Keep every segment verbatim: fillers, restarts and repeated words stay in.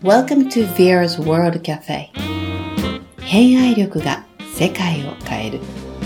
Welcome to Vera's World Cafe. 偏愛力が世界を変える。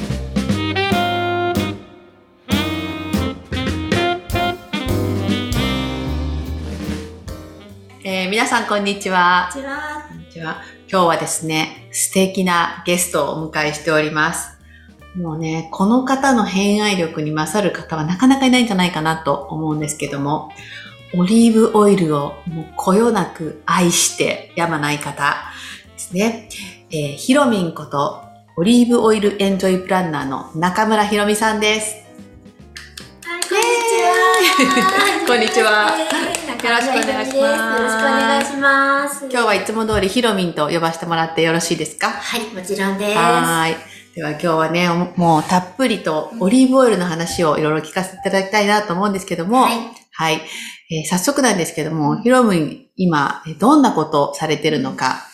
えー、皆さんこんにちは。 こんにちは。 こんにちは。今日はですね、素敵なゲストをお迎えしております。もうね、この方の偏愛力に勝る方はなかなかいないんじゃないかなと思うんですけども、オリーブオイルをもうこよなく愛してやまない方ですね。えー、ひろみんことオリーブオイルエンジョイプランナーの中村ひろみさんです。 はい、こんにちは。 こんにちは。 よろしくお願いします。よろしくお願いします。 今日はいつも通りひろみんと呼ばせてもらってよろしいですか？ はい、もちろんです。 はい。では今日はね、もうたっぷりとオリーブオイルの話をいろいろ聞かせていただきたいなと思うんですけども、はい。はい。えー、早速なんですけども、ひろみん、今、どんなことをされてるのか、はい。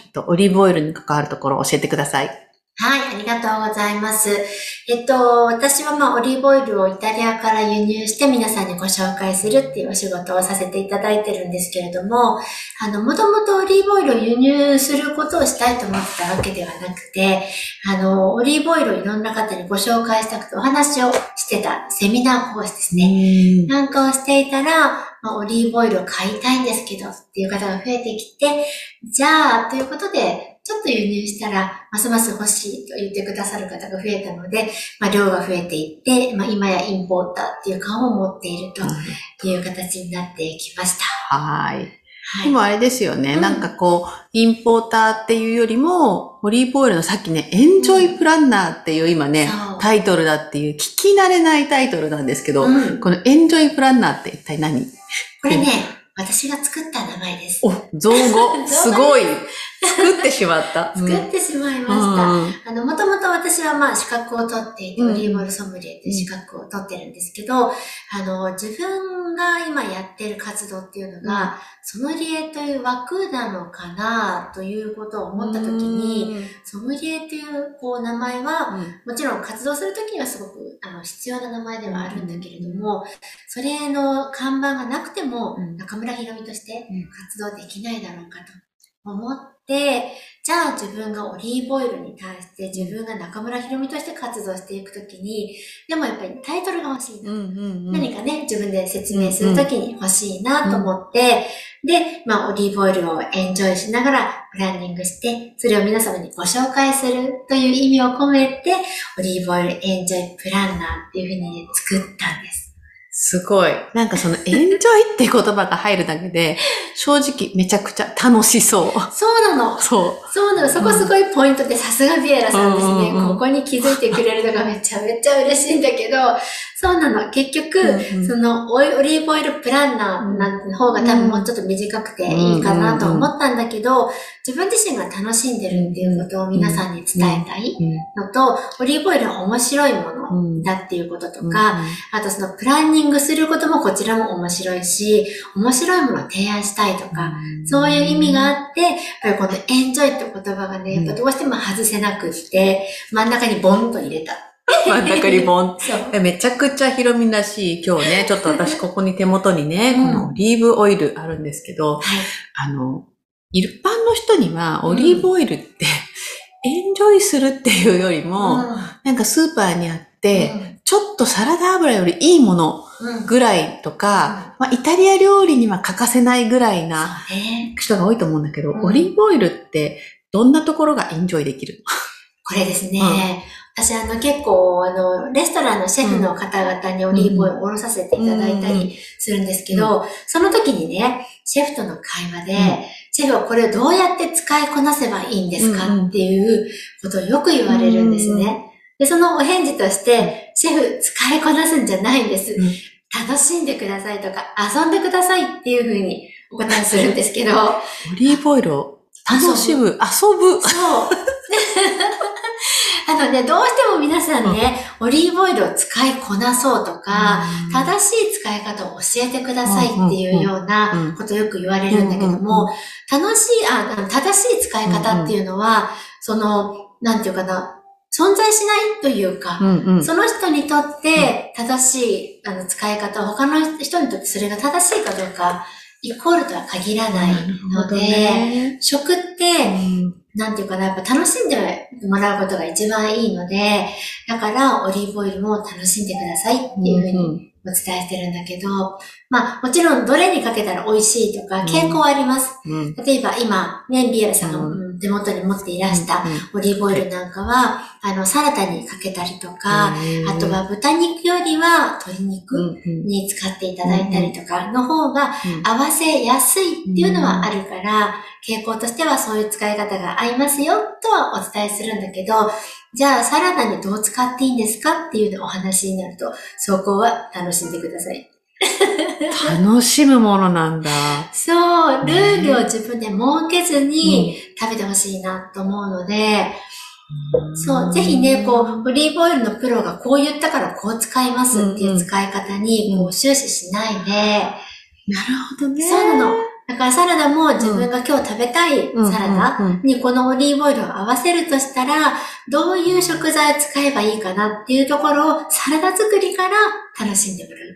とオリーブオイルに関わるところを教えてください。 はい、ありがとうございます。えっと、私はまあ、オリーブオイルをイタリアから輸入して皆さんにご紹介するっていうお仕事をさせていただいてるんですけれども、あの、もともとオリーブオイルを輸入することをしたいと思ってたわけではなくて、あの、オリーブオイルをいろんな方にご紹介したくてお話をしてたセミナーコースですね。なんかをしていたら、まあ、オリーブオイルを買いたいんですけどっていう方が増えてきて、じゃあ、ということで、ちょっと輸入したら、ますます欲しいと言ってくださる方が増えたので、まあ、量が増えていって、まあ、今やインポーターっていう顔を持っているという形になってきました。 はい。はい、でもあれですよね、うん。なんかこう、インポーターっていうよりも、オリーブオイルのさっきね、エンジョイプランナーっていう今ね、うん、タイトルだっていう聞き慣れないタイトルなんですけど、うん、このエンジョイプランナーって一体何？ これね、私が作った名前です。 お、造語。すごい。作ってしまった。 作ってしまいました。うん、あの、もともと私はまあ資格を取っていて、オリーブオイルソムリエという資格を取ってるんですけど、あの、自分が今やってる活動っていうのが、うん、ソムリエという枠なのかなということを思ったときに、ソムリエというこう名前は、うん、もちろん活動するときにはすごくあの必要な名前ではあるんだけれども、それの看板がなくても、中村ひろみとして活動できないだろうかと思って、じゃあ自分がオリーブオイルに対して自分が中村ひろみとして活動していくときに、でもやっぱりタイトルが欲しいな、うんうんうん。何かね、自分で説明するときに欲しいなと思って、うんうん、で、まあオリーブオイルをエンジョイしながらプランニングして、それを皆様にご紹介するという意味を込めて、オリーブオイルエンジョイプランナーっていうふうに作ったんです。 すごい。なんかそのエンジョイって言葉が入るだけで、正直めちゃくちゃ楽しそう。 そうなの。 そう。 そうなの。そこすごいポイントで、さすがビエラさんですね、うんうんうん。ここに気づいてくれるのがめちゃめちゃ嬉しいんだけど、そうなの。結局、うんうん、そのオリーブオイルプランナーなんて方が多分もうちょっと短くていいかなと思ったんだけど、自分自身が楽しんでるっていうことを皆さんに伝えたいのと、オリーブオイルは面白いものだっていうこととか、あとそのプランニングすることもこちらも面白いし、面白いものを提案したいとか、そういう意味があって、やっぱりこのエンジョイって言葉がね、やっぱどうしても外せなくって、真ん中にボンと入れた。 真ん中にボン。めちゃくちゃひろみらしい。今日ね、ちょっと私ここに手元にね、このオリーブオイルあるんですけど、はい、あの、一般の人にはオリーブオイルって、うん、エンジョイするっていうよりも、うん、なんかスーパーにあって、うん、ちょっとサラダ油よりいいものぐらいとか、うんまあ、イタリア料理には欠かせないぐらいな人が多いと思うんだけど、うん、オリーブオイルってどんなところがエンジョイできる？ これですね。うん私あの結構あのレストランのシェフの方々にオリーブオイルをおろさせていただいたりするんですけど、うん、その時にね、シェフとの会話で、うん、シェフはこれをどうやって使いこなせばいいんですか、うん、っていうことをよく言われるんですね。で、そのお返事として、シェフ使いこなすんじゃないんです。うん、楽しんでくださいとか遊んでくださいっていうふうにお答えするんですけど。 オリーブオイルを楽しむ、遊ぶ。 そう。あのね、どうしても皆さんね、うん、オリーブオイルを使いこなそうとか、うん、正しい使い方を教えてくださいっていうようなことをよく言われるんだけども、楽しい、あ、正しい使い方っていうのは、その、なんていうかな、存在しないというか、うんうん、その人にとって正しいあの使い方を他の人にとってそれが正しいかどうかイコールとは限らないので、ね、食って、うん、なんていうかな、やっぱ楽しんでもらうことが一番いいので、だからオリーブオイルも楽しんでくださいっていうふうにお伝えしてるんだけど、まあもちろんどれにかけたら美味しいとか傾向はあります。うん、例えば今、ね、ビエラさんが手元に持っていらしたオリーブオイルなんかは、あの、サラダにかけたりとか、あとは豚肉よりは鶏肉に使っていただいたりとかの方が合わせやすいっていうのはあるから、傾向としてはそういう使い方が合いますよとはお伝えするんだけど、じゃあサラダにどう使っていいんですかっていうお話になると、そこは楽しんでください。 楽しむものなんだ。 そう、ルールを自分で設けずに食べてほしいなと思うので、うん、そう、ぜひね、こう、オリーブオイルのプロがこう言ったからこう使いますっていう使い方にこう終始しないで、 なるほどね。 そうなの。だからサラダも自分が今日食べたいサラダにこのオリーブオイルを合わせるとしたら、どういう食材を使えばいいかなっていうところをサラダ作りから楽しんでもらう。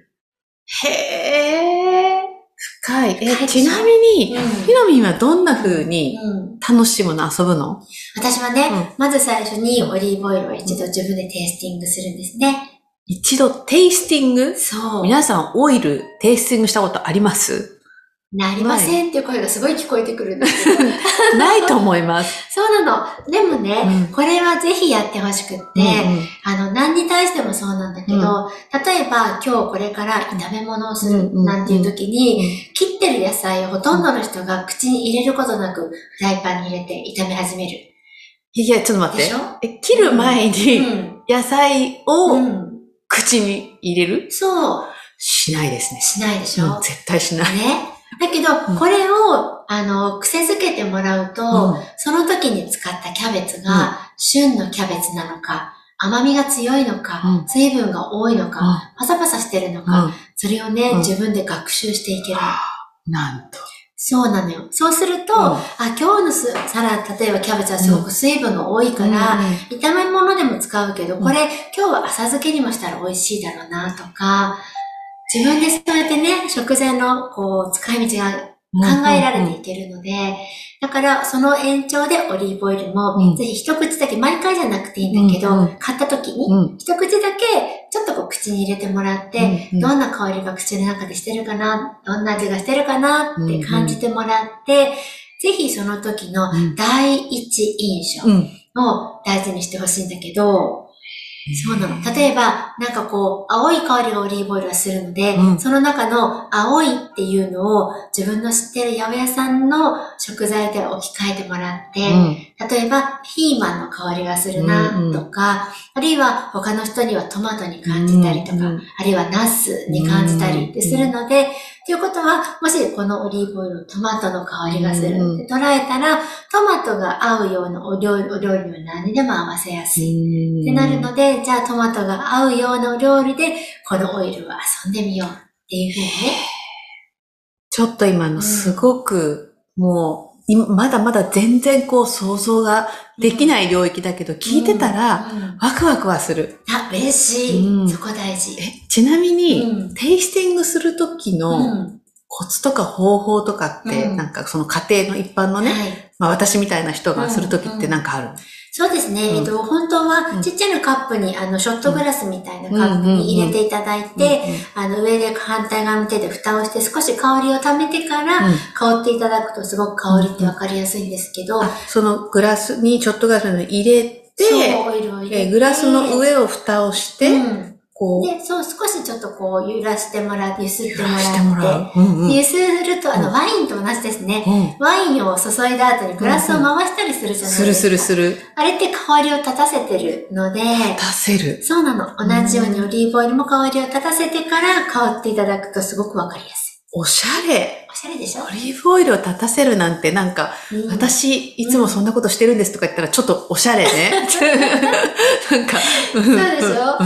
へー。深い。え、ちなみに、うん、ひろみんはどんな風に楽しむの、遊ぶの？ 私はね、うん、まず最初にオリーブオイルを一度自分でテイスティングするんですね。 一度テイスティング？ そう。 皆さんオイルテイスティングしたことあります？ なりませんっていう声がすごい聞こえてくるんですけど。 ないと思います。 そうなの。でもね、うん、これはぜひやってほしくって、うんうん、あの、何に対してもそうなんだけど、うん、例えば今日これから炒め物をするなんていう時に、うんうんうん、切ってる野菜をほとんどの人が口に入れることなくフライパンに入れて炒め始める。 いや、ちょっと待って。でしょ？え、切る前に野菜を口に入れる？ うん、そう。 しないですね。 しないでしょ？ うん、絶対しない。 ね。だけど、これを、あの、癖づけてもらうと、うん、その時に使ったキャベツが、旬のキャベツなのか、甘みが強いのか、うん、水分が多いのか、うん、パサパサしてるのか、うん、それをね、うん、自分で学習していける。 なんと。 そうなのよ。そうすると、うん、あ、今日のサラダ、例えばキャベツはすごく水分が多いから、うん、炒め物でも使うけど、これ、今日は浅漬けにもしたら美味しいだろうなとか、自分でそうやってね、食材のこう使い道が考えられていけるので、うんうんうん、だからその延長でオリーブオイルも、うん、ぜひ一口だけ、毎回じゃなくていいんだけど、うんうん、買った時に、うん、一口だけちょっとこう口に入れてもらって、うんうん、どんな香りが口の中でしてるかな、どんな味がしてるかなって感じてもらって、うんうん、ぜひその時の第一印象を大事にしてほしいんだけど、そうなの。例えば、なんかこう、青い香りがオリーブオイルはするので、うん、その中の青いっていうのを自分の知ってる八百屋さんの食材で置き換えてもらって、うん、例えば、ピーマンの香りがするなとか、うん、あるいは他の人にはトマトに感じたりとか、うん、あるいはナスに感じたりってするので、ということは、もしこのオリーブオイル、トマトの香りがするって捉えたら、トマトが合うようなお料理、お料理は何にでも合わせやすいってなるので、じゃあトマトが合うようなお料理で、このオイルを遊んでみようっていうふうにね。 ちょっと今のすごく、うん、もう、まだまだ全然こう想像ができない領域だけど、うん、聞いてたら、ワクワクはする。 あ、嬉しい。うん、そこ大事。 え、ちなみに、うん、テイスティングするときのコツとか方法とかって、うん、なんかその家庭の一般のね、はい、まあ私みたいな人がするときってなんかある、うんうん、 そうですね。うん、えっと、本当は、ちっちゃなカップに、あの、ショットグラスみたいなカップに入れていただいて、あの、上で反対側の手で蓋をして少し香りを溜めてから、香っていただくとすごく香りってわかりやすいんですけど、うんうん、 そのグラスに、ショットグラスに入れて、 そう、オイルを入れて、 グラスの上を蓋をして、うんこうで、そう、少しちょっとこう、揺らしてもらって、揺すってもらって。揺らしてもらう。うんうん、揺すると、あの、ワインと同じですね、うん。ワインを注いだ後にグラスを回したりするじゃないですか。するするする。 あれって香りを立たせてるので。 立たせる。 そうなの。同じようにオリーブオイルも香りを立たせてから香っていただくとすごくわかりやすい。 おしゃれ。 おしゃれでしょ？ オリーブオイルを立たせるなんてなんか、うん、私いつもそんなことしてるんですとか言ったらちょっとおしゃれね。なんか、 そうでしょ、うん、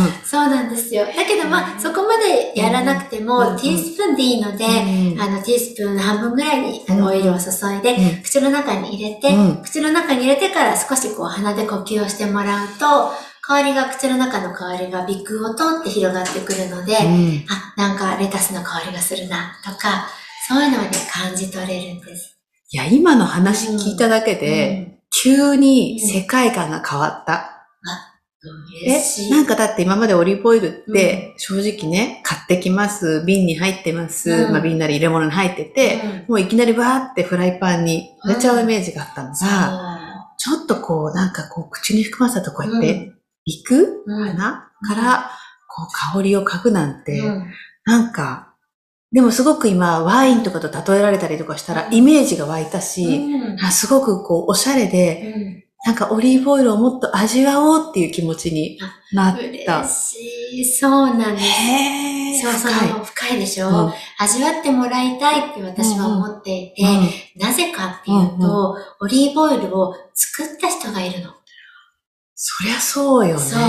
そうなんですよ。だけどまあ、そこまでやらなくても、うん、ティースプーンでいいので、うん、あの、ティースプーンの半分ぐらいにあのオイルを注いで、うん、口の中に入れて、うん、口の中に入れてから少しこう鼻で呼吸をしてもらうと、香りが、口の中の香りが鼻腔を通って広がってくるので、うん、あ、なんかレタスの香りがするな、とか、 そういうのはね、感じ取れるんです。 いや、今の話聞いただけで、うん、急に世界観が変わった。 嬉しい。 え、なんかだって今までオリーブオイルって正直ね、うん、買ってきます。瓶に入ってます。うん、まあ瓶なり入れ物に入ってて、うん、もういきなりバーってフライパンに入れちゃうイメージがあったのが、うん、ちょっとこうなんかこう口に含ませたとこうやって、いく、うん、かな、うん、から、こう香りを嗅ぐなんて、うん、なんか、でもすごく今ワインとかと例えられたりとかしたらイメージが湧いたし、うん、すごくこうおしゃれで、うんなんかオリーブオイルをもっと味わおうっていう気持ちになった。 嬉しい。そうなんです。 へー。 そう、その深いでしょ、うん、味わってもらいたいって私は思っていて、うんうん、なぜかっていうと、うんうん、オリーブオイルを作った人がいるの。 そりゃそうよね。そう。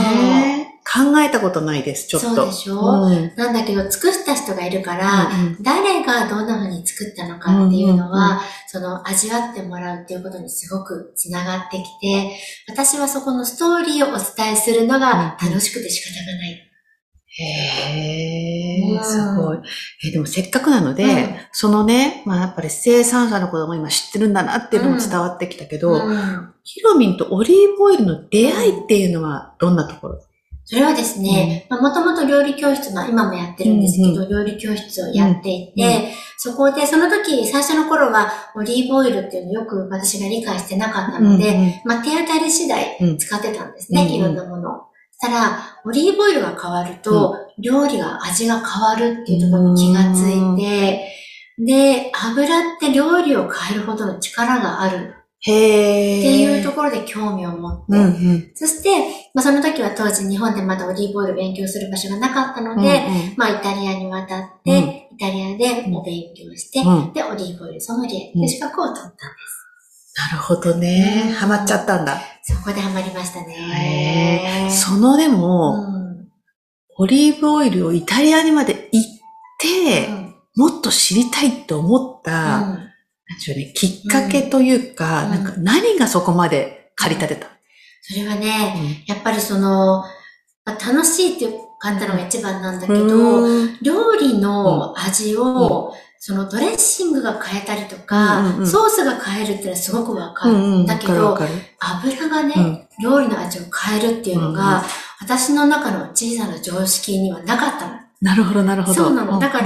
考えたことないです、ちょっと。 そうでしょ、うん、なんだけど、作った人がいるから、うんうん、誰がどんな風に作ったのかっていうのは、うんうんうん、その味わってもらうっていうことにすごくつながってきて、私はそこのストーリーをお伝えするのが楽しくて仕方がない。 へー、すごい。えー、でもせっかくなので、うん、そのね、まあやっぱり生産者のことも今知ってるんだなっていうのも伝わってきたけど、うんうん、ひろみんとオリーブオイルの出会いっていうのはどんなところ？ それはですね、もともと料理教室の、今もやってるんですけど、うんうん、料理教室をやっていて、うんうん、そこで、その時、最初の頃は、オリーブオイルっていうのをよく私が理解してなかったので、うんうん、まあ、手当たり次第使ってたんですね、うんうん、いろんなものを。そしたら、オリーブオイルが変わると、うん、料理が味が変わるっていうところに気がついて、で、油って料理を変えるほどの力がある。 へー。 っていうところで興味を持って、うんうん、そして、まあ、その時は当時日本でまだオリーブオイルを勉強する場所がなかったので、うんうん、まあイタリアに渡って、うん、イタリアでお勉強して、うん、で、オリーブオイルソムリエで資格を取ったんです。 なるほどね。ハマっちゃったんだ。 そこでハマりましたね。 そのでも、うん、オリーブオイルをイタリアにまで行って、うん、もっと知りたいって思った、うんなんでしょうね、きっかけというか、うん、なんか何がそこまで駆り立てた、うん、 それはね、うん、やっぱりその、まあ、楽しいって感じたのが一番なんだけど、料理の味を、うん、そのドレッシングが変えたりとか、うんうんうん、ソースが変えるっていうのはすごくわかる。うんうん、だけど、油がね、うん、料理の味を変えるっていうのが、うんうん、私の中の小さな常識にはなかったの。 なるほど、なるほど。 そうなの。だから、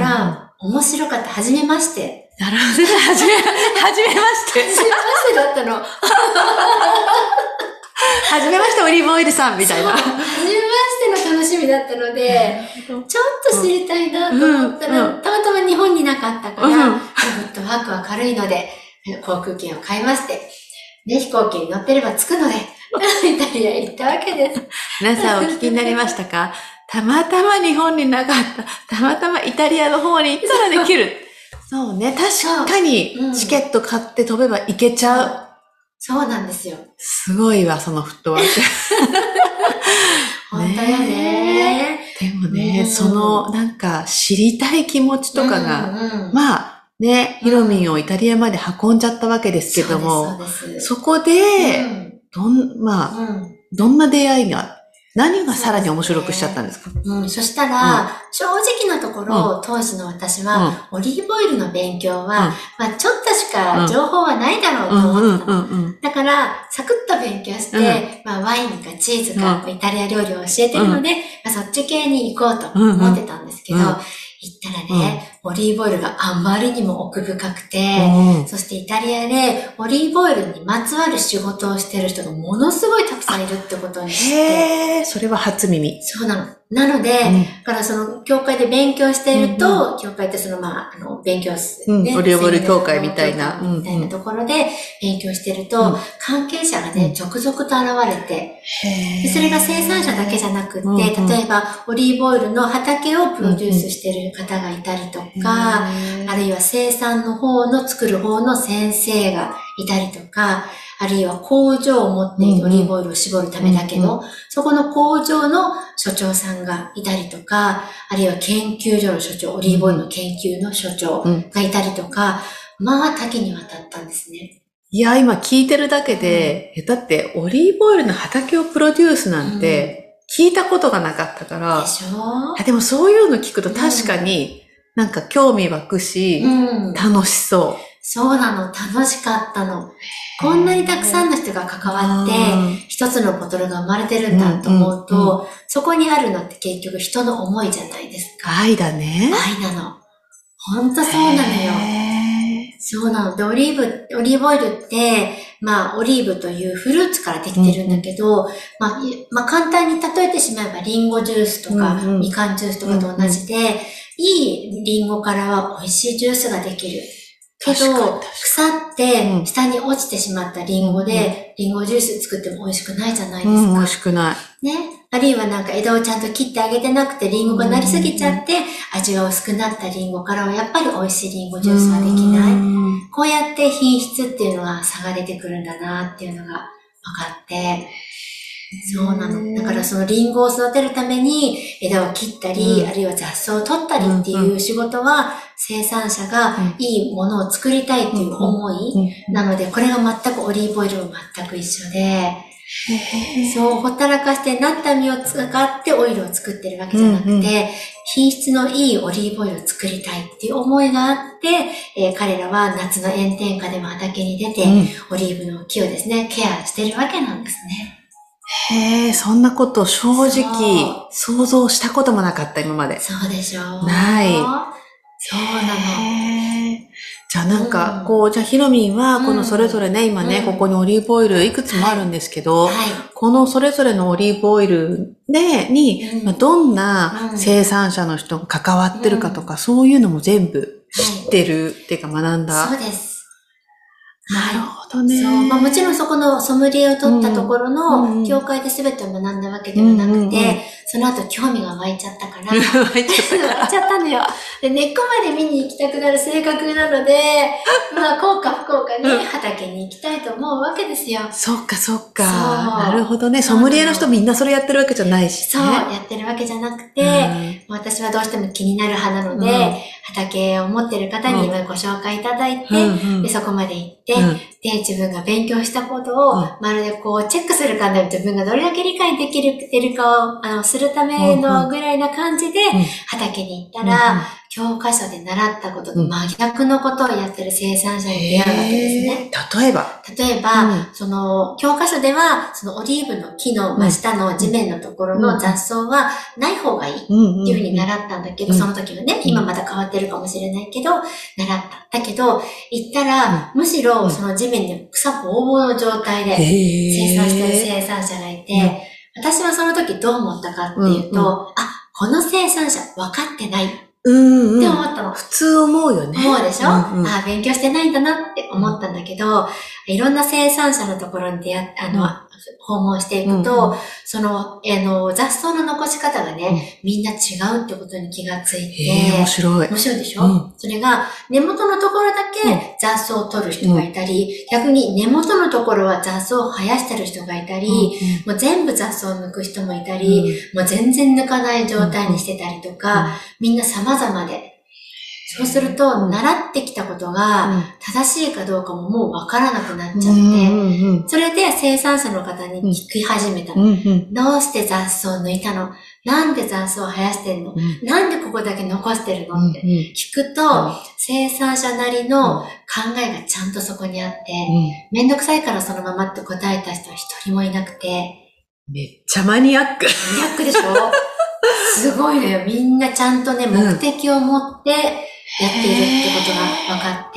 うんうん、面白かった。はじめまして。 なるほど。はじめ、はじめまして。 はじめましてだったの。はじめまして、オリーブオイルさん、みたいな。はじめましての楽しみだったので、ちょっと知りたいなと思ったら、うんうん、たまたま日本になかったから、うん、フットワークは軽いので、航空券を買いまして、ね、飛行機に乗ってれば着くので、イタリアへ行ったわけです。 皆さんお聞きになりましたか？たまたま日本になかった。たまたまイタリアの方に行ったらできる。そうね。確かに、チケット買って飛べば行けちゃう。 そう、そうなんですよ。 すごいわ、そのフットワーク。 本当よね。 でもね、うん、その、なんか、知りたい気持ちとかが、うんうん、まあ、ね、ヒロミンをイタリアまで運んじゃったわけですけども、 そうです、そうです。 そこで、うん、どん、まあ、うん、どんな出会いが、何がさらに面白くしちゃったんですか？ うん、そしたら、うん、正直なところ、うん、当時の私は、うん、オリーブオイルの勉強は、うん、まあちょっとしか情報はないだろうと思ってたの。だから、サクッと勉強して、うん、まあワインかチーズか、イタリア料理を教えてるので、まあ、そっち系に行こうと思ってたんですけど、行ったらね、うん、オリーブオイルがあまりにも奥深くて、うん、そしてイタリアでオリーブオイルにまつわる仕事をしてる人がものすごいたくさんいるってことにして。 へー、それは初耳。 そうなの。なので、うん、だからその、教会で勉強していると、うんうん、教会ってその、まあ、あの、勉強する、ね。 うん、オリーブオイル協会みたいな。 みたいなところで勉強してると、うん、関係者がね、続々と現れて、で、それが生産者だけじゃなくって、うんうん、例えば、オリーブオイルの畑をプロデュースしてる方がいたりとか、あるいは生産の方の作る方の先生がいたりとか、あるいは工場を持っているオリーブオイルを絞るためだけど、うんうん、そこの工場の所長さんがいたりとか、あるいは研究所の所長、オリーブオイルの研究の所長がいたりとか、うん、まあ多岐にわたったんですね。 いや、今聞いてるだけで、うん、だってオリーブオイルの畑をプロデュースなんて聞いたことがなかったから。 でしょ？ でもそういうの聞くと確かに、 なんか興味湧くし、うん、楽しそう。 そうなの、楽しかったの。こんなにたくさんの人が関わって、一つのボトルが生まれてるんだと思うと、うんうんうん、そこにあるのって結局人の思いじゃないですか。 愛だね。 愛なの。ほんとそうなのよ。そうなの。で、オリーブ、オリーブオイルって、まあ、オリーブというフルーツからできてるんだけど、うんうん、まあ、まあ、簡単に例えてしまえば、リンゴジュースとか、うんうん、みかんジュースとかと同じで、うんうん、いいリンゴからは美味しいジュースができる。けど、腐って下に落ちてしまったリンゴで、リンゴジュース作っても美味しくないじゃないですか。 うん、美味しくない。 ね。あるいはなんか枝をちゃんと切ってあげてなくて、リンゴがなりすぎちゃって、味が薄くなったリンゴからはやっぱり美味しいリンゴジュースはできない。こうやって品質っていうのが差が出てくるんだなっていうのが分かって、そうなの。だからそのリンゴを育てるために枝を切ったり、うん、あるいは雑草を取ったりっていう仕事は、生産者がいいものを作りたいっていう思いなので、これが全くオリーブオイルも全く一緒で、そう、ほったらかしてなった実を使ってオイルを作ってるわけじゃなくて、うんうん、品質のいいオリーブオイルを作りたいっていう思いがあって、えー、彼らは夏の炎天下でも畑に出て、うん、オリーブの木をですね、ケアしてるわけなんですね。 へえ、そんなこと正直想像したこともなかった、今まで。 そうでしょう。 ない。 そうなの。 じゃあなんか、こう、うん、じゃあヒロミンは、このそれぞれね、うん、今ね、うん、ここにオリーブオイルいくつもあるんですけど、はいはい、このそれぞれのオリーブオイルで、に、うんまあ、どんな生産者の人が関わってるかとか、うん、そういうのも全部知ってる、はい、っていうか学んだ。 そうです。 なるほどね。 そう。まあもちろんそこのソムリエを取ったところの教会で全てを学んだわけではなくて、うんうんうん、その後興味が湧いちゃったから。湧いちゃった湧いちゃったのよ。で、根っこまで見に行きたくなる性格なので、まあ幸か不幸かね、畑に行きたいと思うわけですよ。 そっかそっか。なるほどね。ソムリエの人みんなそれやってるわけじゃないし、 ね。そう、やってるわけじゃなくて、うん、私はどうしても気になる派なので、うん、畑を持ってる方に今ご紹介いただいて、うんうん、でそこまで行って、うん、で、自分が勉強したことを、まるでこう、チェックするかのように自分がどれだけ理解できるかを、あの、するためのぐらいな感じで、畑に行ったら、うんうん、教科書で習ったことと真逆のことをやってる生産者に出会うわけですね。 例えば例えば、うん、その、教科書では、そのオリーブの木の真下の地面のところの雑草はない方がいいっていうふうに習ったんだけど、その時はね、今まだ変わってるかもしれないけど、習った。だけど、行ったら、むしろその地面に草ぼうぼうの状態で生産してる生産者がいて、私はその時どう思ったかっていうと、うんうん、あ、この生産者分かってない。 うんうん、 って思ったの。 普通思うよね。 思うでしょ、うんうん、あ、勉強してないんだなって思ったんだけど、いろんな生産者のところに出会っあの、うん、訪問していくと、うんうん、その、あの、雑草の残し方がね、うん、みんな違うってことに気がついて。 えー、面白い。 面白いでしょ、うん、それが、根元のところだけ雑草を取る人がいたり、うん、逆に根元のところは雑草を生やしてる人がいたり、うんうん、もう全部雑草を抜く人もいたり、うん、もう全然抜かない状態にしてたりとか、うん、みんな様々で、そうすると、習ってきたことが正しいかどうかももうわからなくなっちゃって、うんうん、それで生産者の方に聞き始めたの。うんうん、どうして雑草を抜いたの？なんで雑草を生やしてるの？うん、なんでここだけ残してるの？って聞くと、うん、生産者なりの考えがちゃんとそこにあって、うん、めんどくさいからそのままって答えた人は一人もいなくて。 めっちゃマニアック。 マニアックでしょ？すごいのよ。みんなちゃんとね、目的を持って、やっているってことが分かって、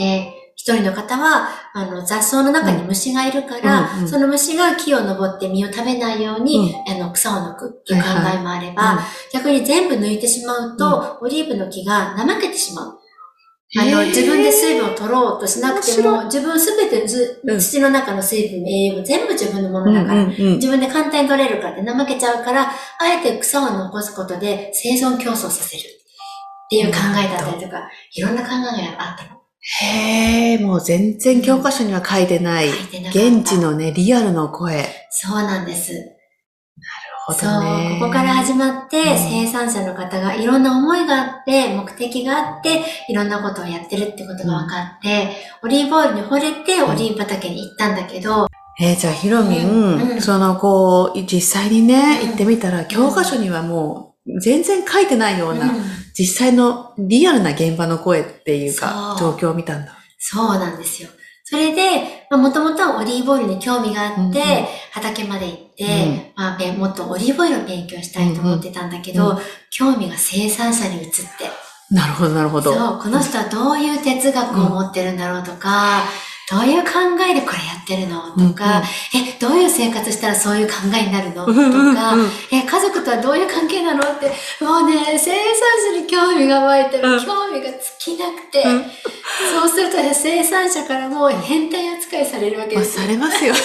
一人の方は、あの、雑草の中に虫がいるから、うんうん、その虫が木を登って実を食べないように、うん、あの、草を抜くっていう考えもあれば、はいはい、逆に全部抜いてしまうと、うん、オリーブの木が怠けてしまう。あの、自分で水分を取ろうとしなくても、自分すべてず、土の中の水分、栄養も全部自分のものだから、うんうんうん、自分で簡単に取れるからって怠けちゃうから、あえて草を残すことで生存競争させる。っていう考えだったりとか、いろんな考えがあったの。 へー、もう全然教科書には書いてない、うん、書いてなかった。現地のね、リアルの声。 そうなんです。なるほどね。 そう、ここから始まって、うん、生産者の方がいろんな思いがあって、目的があって、いろんなことをやってるってことが分かって、うん、オリーブオイルに惚れて、オリーブ畑に行ったんだけど、 えー、じゃあヒロミン、うんうん、そのこう、実際にね、行ってみたら、教科書にはもう、 全然書いてないような、うん、実際のリアルな現場の声っていうか、状況を見たんだ。 そうなんですよ。それで、もともとオリーブオイルに興味があって、うんうん、畑まで行って、うんまあ、もっとオリーブオイルを勉強したいと思ってたんだけど、うんうん、興味が生産者に移って。 なるほど、なるほど。 そう、この人はどういう哲学を持ってるんだろうとか、うん、どういう考えでこれやってるのとか、うんうん、え、どういう生活したらそういう考えになるのとか、うんうん、え、家族とはどういう関係なのって、もうね、生産者に興味が湧いてる、うん、興味が尽きなくて、うんそうすると生産者からも変態扱いされるわけですよ。 まあ、されますよ。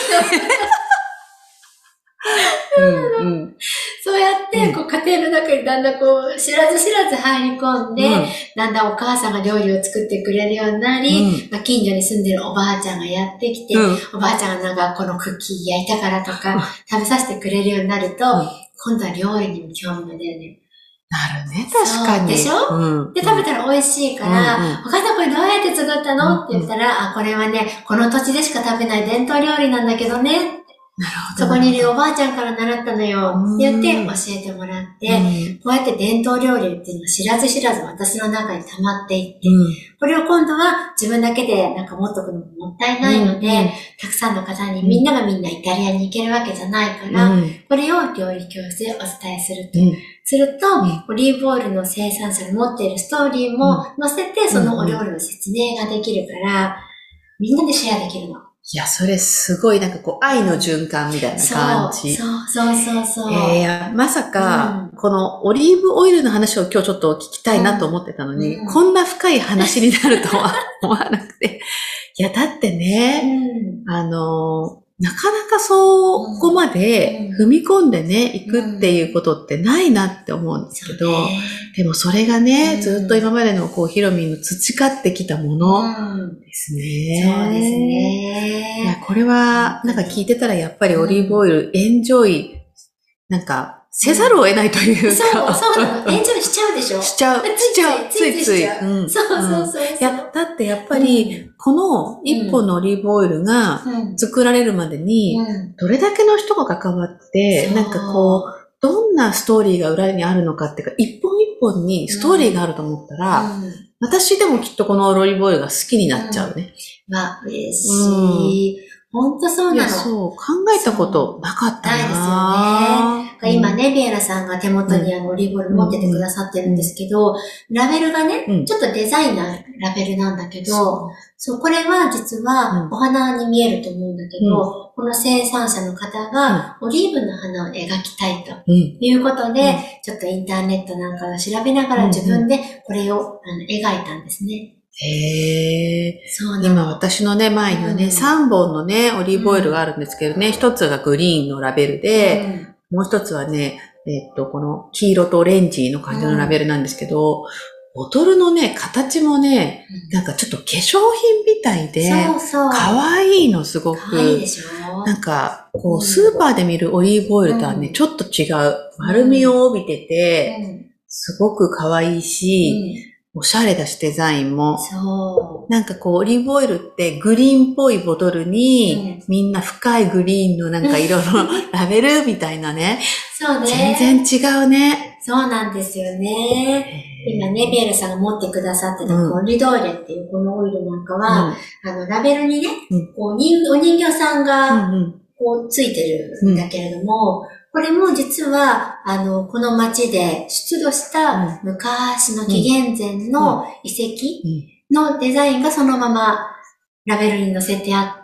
うんうん、そうやって、こう、家庭の中にだんだんこう、知らず知らず入り込んで、うん、だんだんお母さんが料理を作ってくれるようになり、うんまあ、近所に住んでるおばあちゃんがやってきて、うん、おばあちゃんがなんかこのクッキー焼いたからとか、うん、食べさせてくれるようになると、うん、今度は料理にも興味が出るね。 なるね、確かに。 でしょ、うん、で、食べたら美味しいから、うんうん、お母さんこれどうやって作ったの、うんうん、って言ったら、あ、これはね、この土地でしか食べない伝統料理なんだけどね。 なるほど。 そこにいるおばあちゃんから習ったのよ。って言って教えてもらって、うん、こうやって伝統料理っていうのを知らず知らず私の中に溜まっていって、うん、これを今度は自分だけでなんか持っとくのももったいないので、うんうん、たくさんの方にみんながみんなイタリアに行けるわけじゃないから、うん、これを料理教室でお伝えすると。うんすると、うん、オリーブオイルの生産者が持っているストーリーも載せて、そのお料理の説明ができるから、みんなでシェアできるの。 いや、それすごいなんかこう愛の循環みたいな感じ。 そうそうそうそう。 えー、まさか、うん、このオリーブオイルの話を今日ちょっと聞きたいなと思ってたのに、うん、こんな深い話になるとは思わなくて。いや、だってね、うん、あの、なかなかそこまで踏み込んでね、行くっていうことってないなって思うんですけど、うんね、でもそれがね、ずっと今までのこう、ヒロミの培ってきたものですね。 そうですね。 いや、これは、なんか聞いてたらやっぱりオリーブオイル、エンジョイ、なんか、せざるを得ないというか。そう、そうなの。エンジョイしちゃうでしょしちゃう。しちゃう。ついつい。 うん。そうそうそう。 いや、だってやっぱり、この一本のオリーブオイルが作られるまでに、どれだけの人が関わって、なんかこう、どんなストーリーが裏にあるのかっていうか、一本一本にストーリーがあると思ったら、私でもきっとこのオリーブオイルが好きになっちゃうね。 わ、嬉しい。本当そうなの。 そう、考えたことなかったな。 ないですよね。今ね、ビエラさんが手元にあのオリーブオイル持っててくださってるんですけど、ラベルがね、ちょっとデザインなラベルなんだけど、そう、これは実はお花に見えると思うんだけど、この生産者の方がオリーブの花を描きたいということで、ちょっとインターネットなんかを調べながら自分でこれをあの描いたんですね。 へえ。今私のね、前にはね、うん、さんぼんのね、オリーブオイルがあるんですけどね、一、うん、つがグリーンのラベルで、うん、もう一つはね、えっと、この黄色とオレンジの感じのラベルなんですけど、ボトルのね、形もね、なんかちょっと化粧品みたいで、そうそう。可愛いのすごく。 可愛いでしょ？ なんか、こう、スーパーで見るオリーブオイルとはね、ちょっと違う。丸みを帯びてて、すごく可愛いし、おしゃれだし、デザインも。 そう。 なんかこう、オリーブオイルってグリーンっぽいボトルに、うん、みんな深いグリーンのなんか色のラベルみたいなね。 そうね。 全然違うね。 そうなんですよね。今ね、ビエルさんが持ってくださってた、うん、リドーレっていうこのオイルなんかは、うん、あの、ラベルにね、うん、こう人、お人形さんが、こう、ついてるんだけれども、うんこれも実は、あの、この町で出土した昔の紀元前の遺跡のデザインがそのままラベルに載せてあって、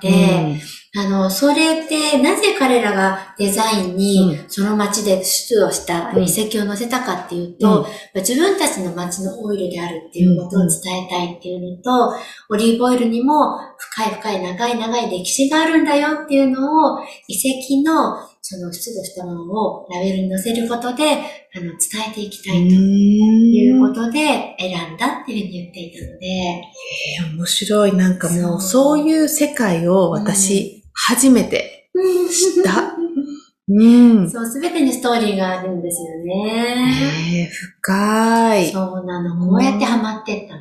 うん、あの、それでなぜ彼らがデザインにその町で出土した遺跡を載せたかっていうと、うん、自分たちの町のオイルであるっていうことを伝えたいっていうのと、オリーブオイルにも深い深い長い長い歴史があるんだよっていうのを遺跡のその出土したものをラベルに載せることで、あの、伝えていきたいということで選んだっていうふうに言っていたので。 ええ、面白い。なんかもう、そういう世界を私、初めて知った。 うん、そう、すべてにストーリーがあるんですよね。 ええ、深い。 そうなの。こうやってハマってったの。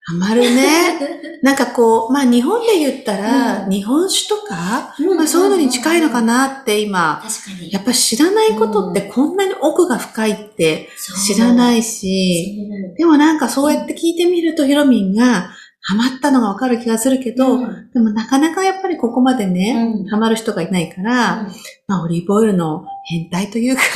ハマるね。なんかこう、まあ日本で言ったら、うん、日本酒とか、うん、まあそういうのに近いのかなって今、 確かに。 やっぱ知らないことってこんなに奥が深いって知らないし、うん、でもなんかそうやって聞いてみるとヒロミンがハマったのがわかる気がするけど、うん、でもなかなかやっぱりここまでね、うん、ハマる人がいないから、うん、まあオリーブオイルの変態というか、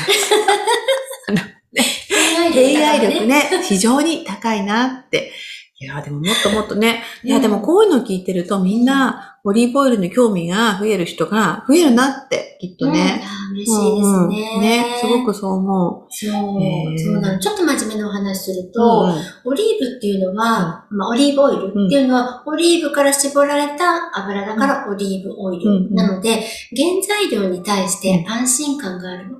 敬愛力ね、非常に高いなって。いや、でももっともっとね。いや、でもこういうの聞いてるとみんな、オリーブオイルに興味が増える人が増えるなって、きっとね。 うん、嬉しいですね、 うんうん。ね、すごくそう思う。 そう、そうなの。ちょっと真面目なお話すると、うん、オリーブっていうのは、うん、まあ、オリーブオイルっていうのは、うん、オリーブから絞られた油だからオリーブオイル。うん、なので、原材料に対して安心感があるの。うん、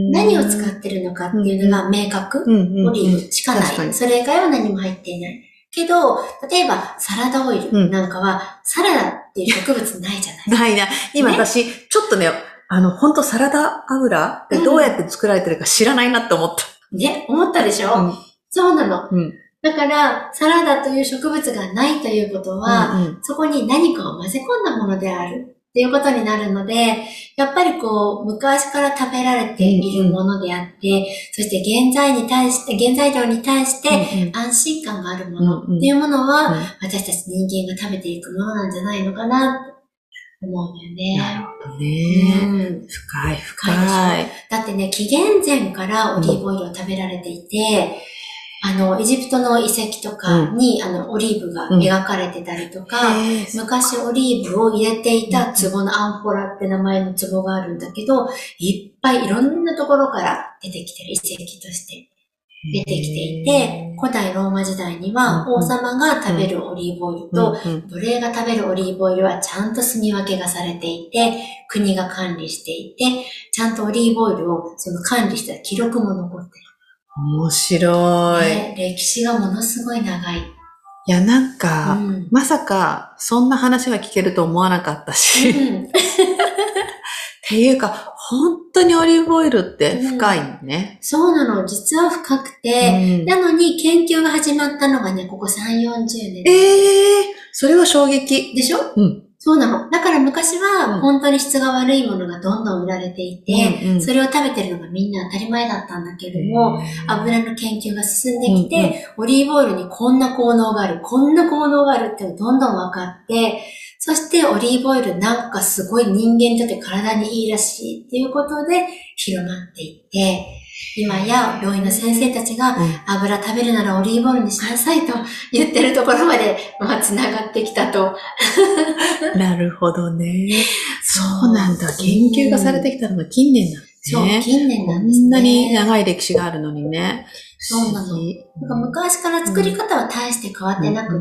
何を使ってるのかっていうのが明確。うん、オリーブしかない。それ以外は何も入っていない。けど、例えばサラダオイルなんかは、うん、サラダっていう植物ないじゃないないな。今、ね、私、ちょっとね、あの、本当サラダ油ってどうやって作られてるか知らないなって思った。 うん、ね、思ったでしょ、うん、そうなの。うん、だから、サラダという植物がないということは、うんうん、そこに何かを混ぜ込んだものであるっていうことになるので、やっぱりこう、昔から食べられているものであって、うんうん、そして原材に対して、原材料に対して安心感があるものっていうものは、うんうん、私たち人間が食べていくものなんじゃないのかなって思うんだよね。 なるほどね。うん、深い深い。深いでしょ。だってね、紀元前からオリーブオイルを食べられていて、あの、エジプトの遺跡とかに、うん、あの、オリーブが描かれてたりとか、うん、昔オリーブを入れていた壺のアンフォラって名前の壺があるんだけど、いっぱいいろんなところから出てきてる遺跡として出てきていて、古代ローマ時代には王様が食べるオリーブオイルと奴隷が食べるオリーブオイルはちゃんと住み分けがされていて、国が管理していて、ちゃんとオリーブオイルをその管理した記録も残ってる。 面白い、 ね。歴史がものすごい長い。 いや、なんか、うん、まさか、そんな話が聞けると思わなかったし。うん、っていうか、本当にオリーブオイルって深いのね。 うん、そうなの。実は深くて、うん、なのに研究が始まったのがね、ここさん、よんじゅうねん。 ええー、それは衝撃。 でしょ？うん。そうなの。だから昔は本当に質が悪いものがどんどん売られていて、うんうん、それを食べてるのがみんな当たり前だったんだけれども、油の研究が進んできて、うんうん、オリーブオイルにこんな効能がある、こんな効能があるっていうのがどんどん分かって、そしてオリーブオイルなんかすごい人間にとって体にいいらしいっていうことで広まっていって、今や病院の先生たちが油食べるならオリーブオイルにしなさいと言ってるところまで、まあ、繋がってきたと。 なるほどね。そうなんだ。研究がされてきたのが近年なんですね。 そう、近年なんですね。 こんなに長い歴史があるのにね。 そうなの。なんか昔から作り方は大して変わってなくって、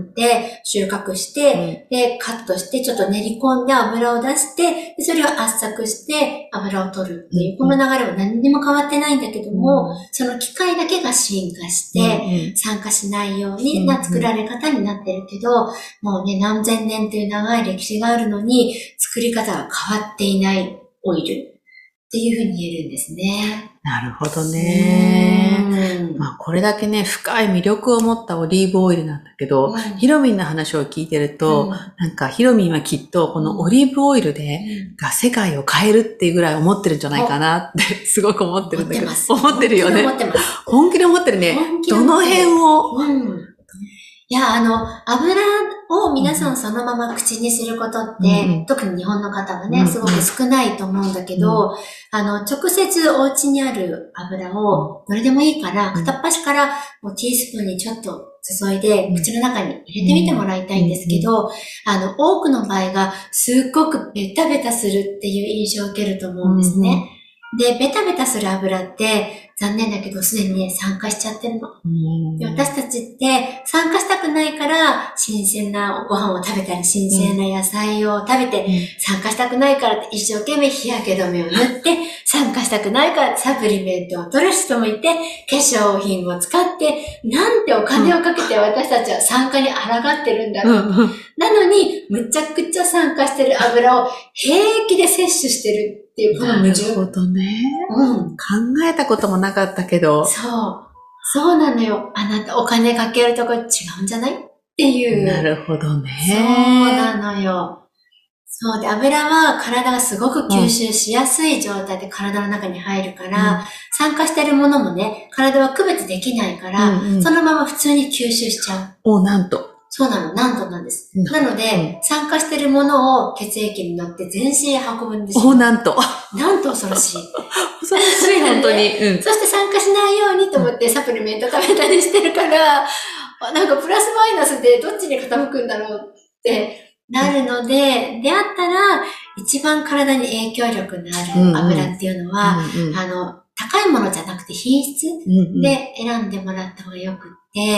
収穫して、で、カットして、ちょっと練り込んで油を出して、でそれを圧搾して油を取るっていう、この流れは何にも変わってないんだけども、その機械だけが進化して、酸化しないようにな作られ方になってるけど、もうね、何千年という長い歴史があるのに、作り方が変わっていないオイルっていうふうに言えるんですね。 なるほどね。まあこれだけね、深い魅力を持ったオリーブオイルなんだけど、うん、ヒロミンの話を聞いてると、うん、なんかヒロミンはきっとこのオリーブオイルで、うん、が世界を変えるっていうぐらい思ってるんじゃないかなってすごく思ってるんだけど。思ってます。思ってるよね。 思ってます。 本気で思ってるね。どの辺を、 うんいや、あの、油を皆さんそのまま口にすることって、うん、特に日本の方はね、すごく少ないと思うんだけど、うん、あの、直接お家にある油を、どれでもいいから、片っ端からもうティースプーンにちょっと注いで、口の中に入れてみてもらいたいんですけど、あの、多くの場合が、すっごくベタベタするっていう印象を受けると思うんですね。で、ベタベタする油って、残念だけど、すでにね、酸化しちゃってるの。で私たちって、酸化したくないから、新鮮なご飯を食べたり、新鮮な野菜を食べて、うん、酸化したくないからって一生懸命日焼け止めを塗って、酸化したくないからサプリメントを取る人もいて、化粧品を使って、なんてお金をかけて私たちは酸化に抗ってるんだろう。うん、なのに、むちゃくちゃ酸化してる油を平気で摂取してる。っていうこの矛盾。 なるほどね。うん。考えたこともなかったけど。 そう。そうなのよ。あなたお金かけるとこ違うんじゃない？ っていう。 なるほどね。 そうなのよ。そうで、油は体がすごく吸収しやすい状態で体の中に入るから、うん、酸化してるものもね、体は区別できないから、うんうん、そのまま普通に吸収しちゃう。 お、なんと。 そうなの、なんとなんです。うん、なので、うん、酸化してるものを血液に乗って全身へ運ぶんですよ。 お、なんと。 なんと恐ろしい。 恐ろしい、本当に、 うん。そして酸化しないようにと思ってサプリメント食べたりしてるから、なんかプラスマイナスでどっちに傾くんだろうってなるので、であったら、一番体に影響力のある油っていうのは、うんうん、あの、高いものじゃなくて品質で選んでもらった方がよくって、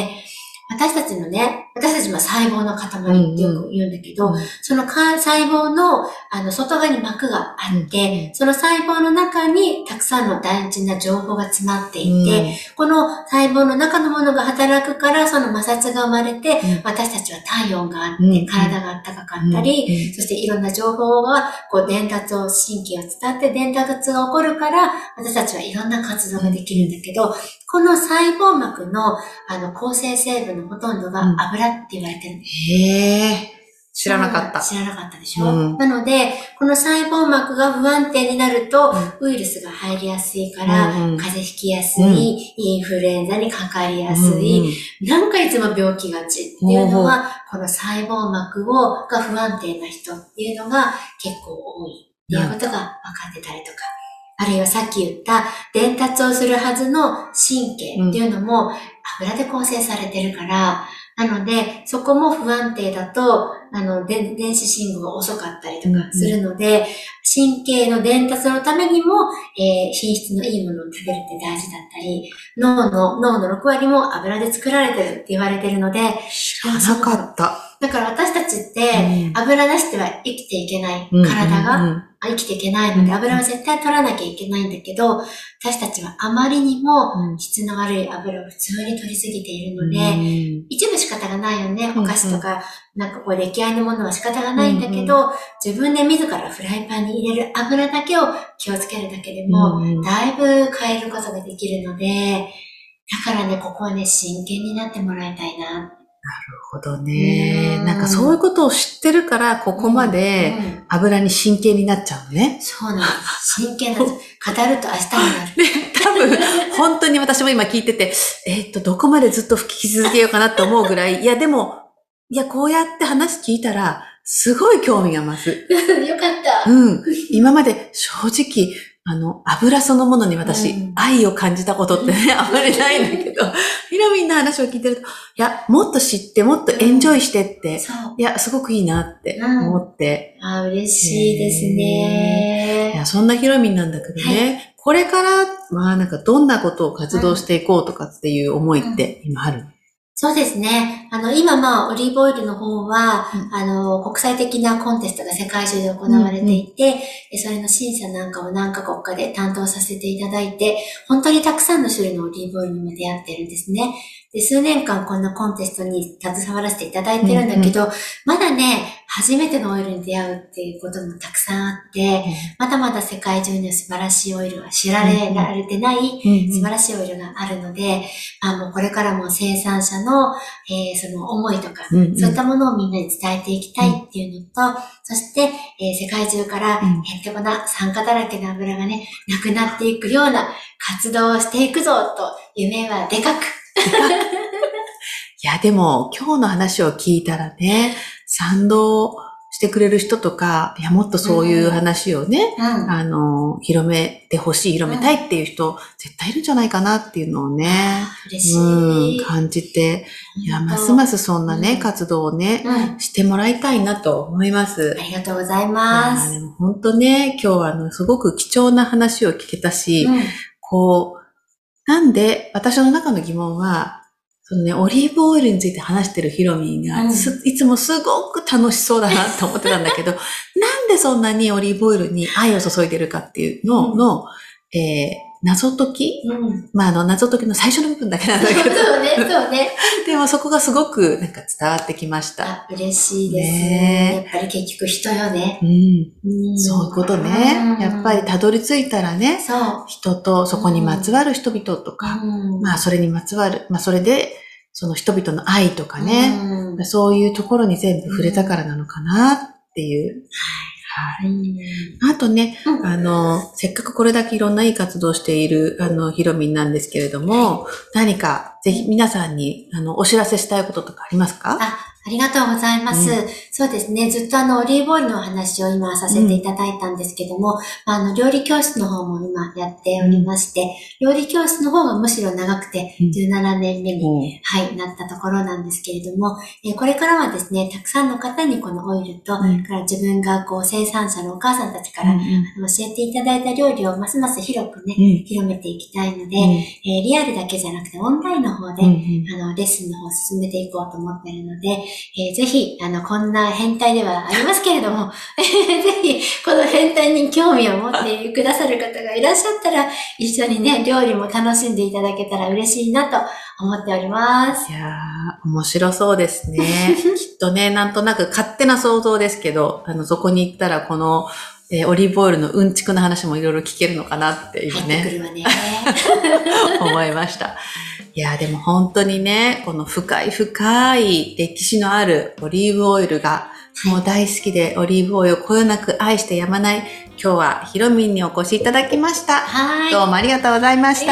私たちのね、私たちは細胞の塊ってよく言うんだけど、うんうん、その細胞のあの外側に膜があって、うん、その細胞の中にたくさんの大事な情報が詰まっていて、うん、この細胞の中のものが働くからその摩擦が生まれて、うん、私たちは体温があって、うん、体が暖かかったり、うん、そしていろんな情報がこう伝達を、神経を伝って伝達が起こるから、私たちはいろんな活動ができるんだけど、この細胞膜のあの構成成分のほとんどが油って言われてるんです。 へー。知らなかった。 知らなかったでしょ、うん、なので、この細胞膜が不安定になると、うん、ウイルスが入りやすいから、うんうん、風邪ひきやすい、うん、インフルエンザにかかりやすい、うんうん、なんかいつも病気がちっていうのは、この細胞膜をが不安定な人っていうのが結構多いっていうことが分かってたりとか。あるいはさっき言った伝達をするはずの神経っていうのも油で構成されてるから、なのでそこも不安定だと、あの、電子信号が遅かったりとかするので、うんうん、神経の伝達のためにも、えー、品質のいいものを食べるって大事だったり、脳の、脳のろくわりも油で作られてるって言われてるので、 知らなかった。 だから私たちって油なしでは生きていけない、うん、体が、うんうんうん、生きていけないので油は絶対取らなきゃいけないんだけど、私たちはあまりにも質の悪い油を普通に取りすぎているので、うん、一部仕方がないよね。お菓子とか、なんかこう出来合いのものは仕方がないんだけど、うんうん、自分で自らフライパンに入れる油だけを気をつけるだけでも、うんうん、だいぶ変えることができるので、だからね、ここはね、真剣になってもらいたいな。 なるほどね。なんかそういうことを知ってるから、ここまで油に真剣になっちゃうのね。 そうなんです。真剣なんです。語ると明日になる。 ね、多分、本当に私も今聞いてて、えっと、どこまでずっと聞き続けようかなと思うぐらい、いやでも、いや、こうやって話聞いたら、すごい興味が増す。 よかった。 うん。今まで正直、あの、油そのものに私、うん、愛を感じたことってね、あまりないんだけど、ひろみんの話を聞いてると、いや、もっと知って、もっとエンジョイしてって、うん、そういや、すごくいいなって思って。 うん、あ、嬉しいですね。 いや、そんなひろみんなんだけどね、はい、これから、まあなんかどんなことを活動していこうとかっていう思いって今ある、うん、 そうですね。あの、今まあ、オリーブオイルの方は、うん、あの、国際的なコンテストが世界中で行われていて、うんうん、それの審査なんかを何カ国かで担当させていただいて、本当にたくさんの種類のオリーブオイルにも出会ってるんですね。で、数年間こんなコンテストに携わらせていただいてるんだけど、うんうん、まだね、初めてのオイルに出会うっていうこともたくさんあって、うん、まだまだ世界中には素晴らしいオイルが知られられてない素晴らしいオイルがあるので、あもうこれからも生産者の、えー、その思いとか、うんうん、そういったものをみんなに伝えていきたいっていうのと、そして、えー、世界中からへってこな酸化だらけの油がね、なくなっていくような活動をしていくぞと、夢はでかく。 いや、でも今日の話を聞いたらね、賛同してくれる人とか、いや、もっとそういう話をね、うん、あの、広めてほしい、広めたいっていう人、うん、絶対いるんじゃないかなっていうのをね、 嬉しい、 うん、感じて、いや、ますますそんなね、うん、活動をね、うん、してもらいたいなと思います。 ありがとうございます。 いや、でも本当ね、今日はあの、すごく貴重な話を聞けたし、うん、こう、なんで、私の中の疑問は、そのね、オリーブオイルについて話してるヒロミンが、うん、いつもすごく楽しそうだなと思ってたんだけど、なんでそんなにオリーブオイルに愛を注いでるかっていうのの、うん、えー、謎解き、うん、まあ、あの、謎解きの最初の部分だけなんだけど。 そうね、そうね。 でもそこがすごくなんか伝わってきました。 あ、嬉しいですね。やっぱり結局人よね。 うん。うん、そういうことね。やっぱりたどり着いたらね、そう人とそこにまつわる人々とか、うん、まあそれにまつわる、まあそれでその人々の愛とかね、うん、そういうところに全部触れたからなのかなっていう。はい。うん、あとね、うん、あの、せっかくこれだけいろんないい活動をしている、あの、ひろみんなんですけれども、何かぜひ皆さんに、あの、お知らせしたいこととかありますか？ あありがとうございます。うん、そうですね。ずっとあの、オリーブオイルのお話を今させていただいたんですけども、うん、あの、料理教室の方も今やっておりまして、料理教室の方がむしろ長くてじゅうななねんめに、うん、はい、なったところなんですけれども、えー、これからはですね、たくさんの方にこのオイルと、うん、から自分がこう、生産者のお母さんたちから、うん、あの教えていただいた料理をますます広くね、うん、広めていきたいので、うん、えー、リアルだけじゃなくてオンラインの方で、うん、あの、レッスンの方を進めていこうと思っているので、えー、ぜひ、あの、こんな変態ではありますけれども、ぜひ、この変態に興味を持ってくださる方がいらっしゃったら、一緒にね、料理も楽しんでいただけたら嬉しいなと思っております。 いやー、面白そうですね。きっとね、なんとなく勝手な想像ですけど、あの、そこに行ったら、この、えー、オリーブオイルのうんちくの話もいろいろ聞けるのかなって今ね。 入ってくるわね。 思いました。いや、でも本当にね、この深い深い歴史のあるオリーブオイルがもう大好きで、オリーブオイルをこよなく愛してやまない、今日はひろみんにお越しいただきました。 はい。 どうもありがとうございました。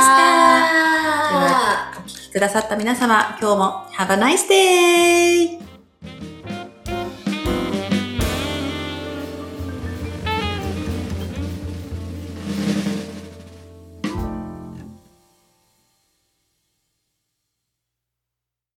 ありがとうございました。 では、お聞きくださった皆様、今日も Have a nice day!